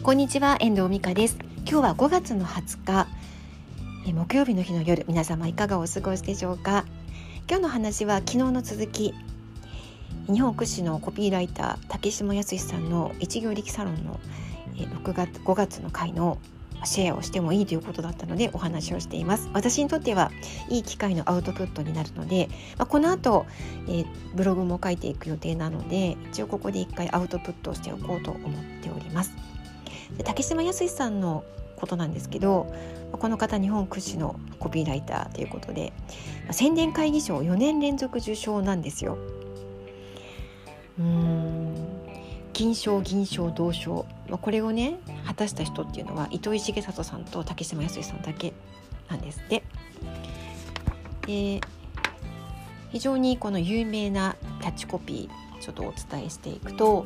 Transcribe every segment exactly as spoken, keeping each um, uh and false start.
こんにちは、遠藤美香です。今日はごがつのはつか、え木曜日の日の夜、皆様いかがお過ごしでしょうか。今日の話は昨日の続き、日本屈指のコピーライター竹島康さんの一行力サロンのろくがつごがつの回のシェアをしてもいいということだったのでお話をしています。私にとってはいい機会のアウトプットになるので、まあ、この後、えー、ブログも書いていく予定なので、一応ここで一回アウトプットをしておこうと思っております。で竹島康さんのことなんですけど、この方日本屈指のコピーライターということで、宣伝会議賞よねん連続受賞なんですよ。うーん金賞、銀賞、銅賞、これをね果たした人っていうのは糸井重里さんと竹島康さんだけなんですって。で非常にこの有名なキャッチコピーちょっとお伝えしていくと、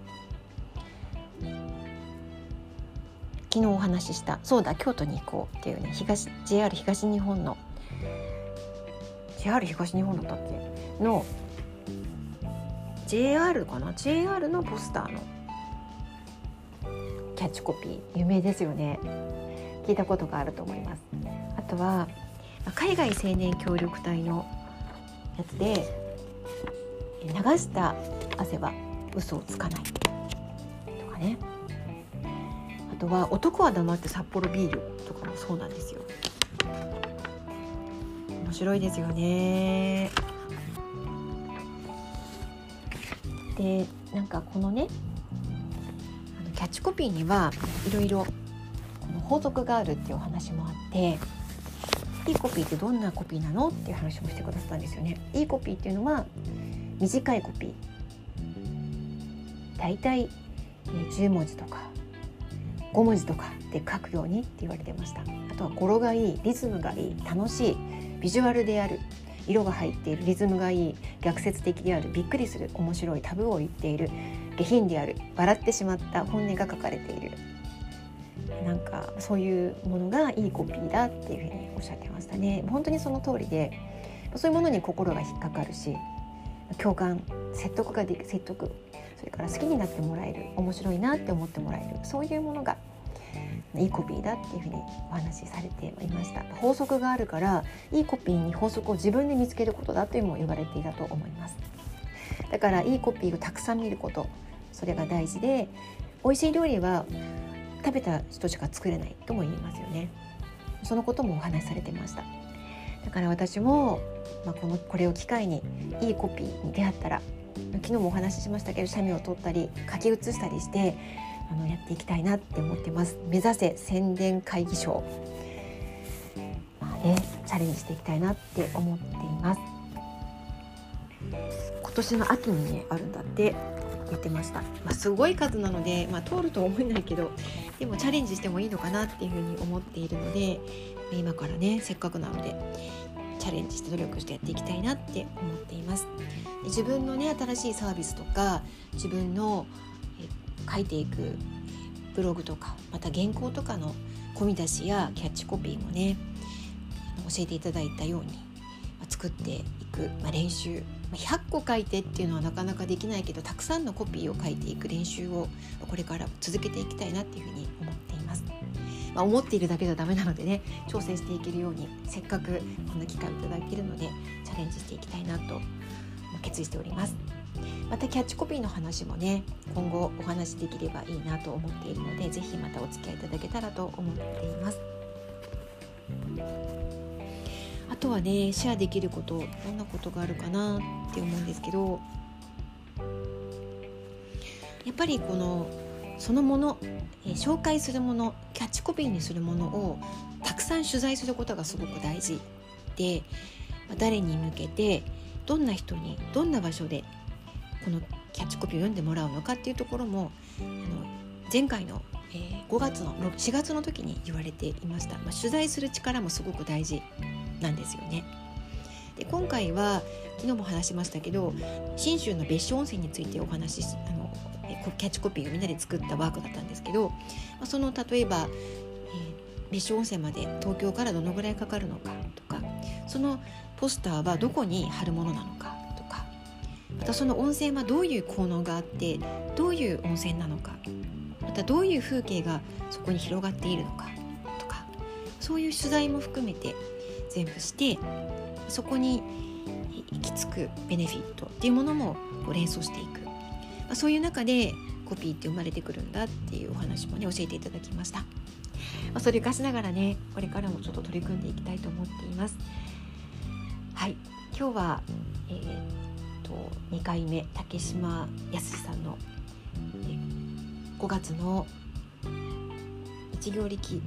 昨日お話ししたそうだ京都に行こうっていうね、東 ジェイアール 東日本の ジェイアール 東日本だったっけの ジェイアール かな ジェイアール のポスターのキャッチコピー有名ですよね。聞いたことがあると思います。あとは海外青年協力隊のやつで、流した汗は嘘をつかないとかね。あとは男は黙って札幌ビールとかもそうなんですよ。面白いですよね。でなんかこのねあのキャッチコピーにはいろいろ法則があるっていうお話もあって、いいコピーってどんなコピーなのっていう話もしてくださったんですよね。いいコピーっていうのは短いコピー、だいたいじゅうもじとかごもじとかで書くようにって言われてました。あとは語呂がいい、リズムがいい、楽しい、ビジュアルである、色が入っている、リズムがいい、逆説的である、びっくりする、面白い、タブーを言っている、下品である、笑ってしまった本音が書かれている、なんかそういうものがいいコピーだっていうふうにおっしゃってましたね。本当にその通りで、そういうものに心が引っかかるし、共感、説得ができる、説得、それから好きになってもらえる、面白いなって思ってもらえる、そういうものがいいコピーだっていうふうにお話しされていました。法則があるから、いいコピーに法則を自分で見つけることだというのも言われていたと思います。だからいいコピーをたくさん見ること、それが大事で、美味しい料理は食べた人しか作れないとも言いますよね。そのこともお話しされてました。だから私も、まあ、このこれを機会にいいコピーに出会ったら、昨日もお話ししましたけど、写メを撮ったり書き写したりしてあのやっていきたいなって思ってます。目指せ宣伝会議賞、まあね、チャレンジしていきたいなって思っています。今年の秋にねあるんだって言ってました。まあ、すごい数なので、まあ、通るとは思えないけど、でもチャレンジしてもいいのかなっていうふうに思っているので、今からねせっかくなのでチャレンジして努力してやっていきたいなって思っています。で自分のね新しいサービスとか、自分のえ書いていくブログとか、また原稿とかの込み出しやキャッチコピーもね教えていただいたように作っていく、まあ、練習、ひゃっこ書いてっていうのはなかなかできないけど、たくさんのコピーを書いていく練習をこれから続けていきたいなっていうふうに思っています。まあ、思っているだけじゃダメなのでね、挑戦していけるように、せっかくこんな機会をいただいているのでチャレンジしていきたいなと決意しております。またキャッチコピーの話もね今後お話しできればいいなと思っているので、ぜひまたお付き合いいただけたらと思っています。あとはねシェアできること、どんなことがあるかなって思うんですけど、やっぱりこのそのもの、えー、紹介するもの、キャッチコピーにするものをたくさん取材することがすごく大事で、誰に向けてどんな人にどんな場所でこのキャッチコピーを読んでもらうのかっていうところも、あの前回の、えー、ごがつのしがつの時に言われていました。まあ、取材する力もすごく大事なんですよね。で今回は昨日も話しましたけど、信州の別所温泉についてお話しあのキャッチコピーをみんなで作ったワークだったんですけど、その例えば、えー、別所温泉まで東京からどのぐらいかかるのかとか、そのポスターはどこに貼るものなのかとか、またその温泉はどういう効能があってどういう温泉なのか、 たどういう風景がそこに広がっているのかとか、そういう取材も含めて全部して、そこに行き着くベネフィットっていうものもこう連想していく、まあ、そういう中でコピーって生まれてくるんだっていうお話もね教えていただきました。まあ、それを生かしながらねこれからもちょっと取り組んでいきたいと思っています。はい、今日は、えー、とにかいめ竹島康さんのごがつの一行力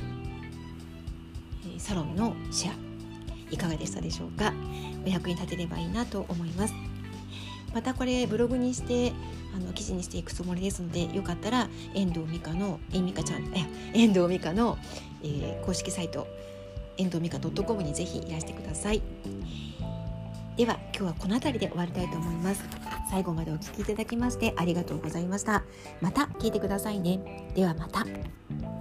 サロンのシェアいかがでしたでしょうか。お役に立てればいいなと思います。またこれブログにしてあの記事にしていくつもりですので、よかったら遠藤美香のえみかちゃんえ遠藤美香の、えー、公式サイト遠藤美香 .com にぜひいらしてください。では今日はこの辺りで終わりたいと思います。最後までお聞きいただきましてありがとうございました。また聞いてくださいね。ではまた。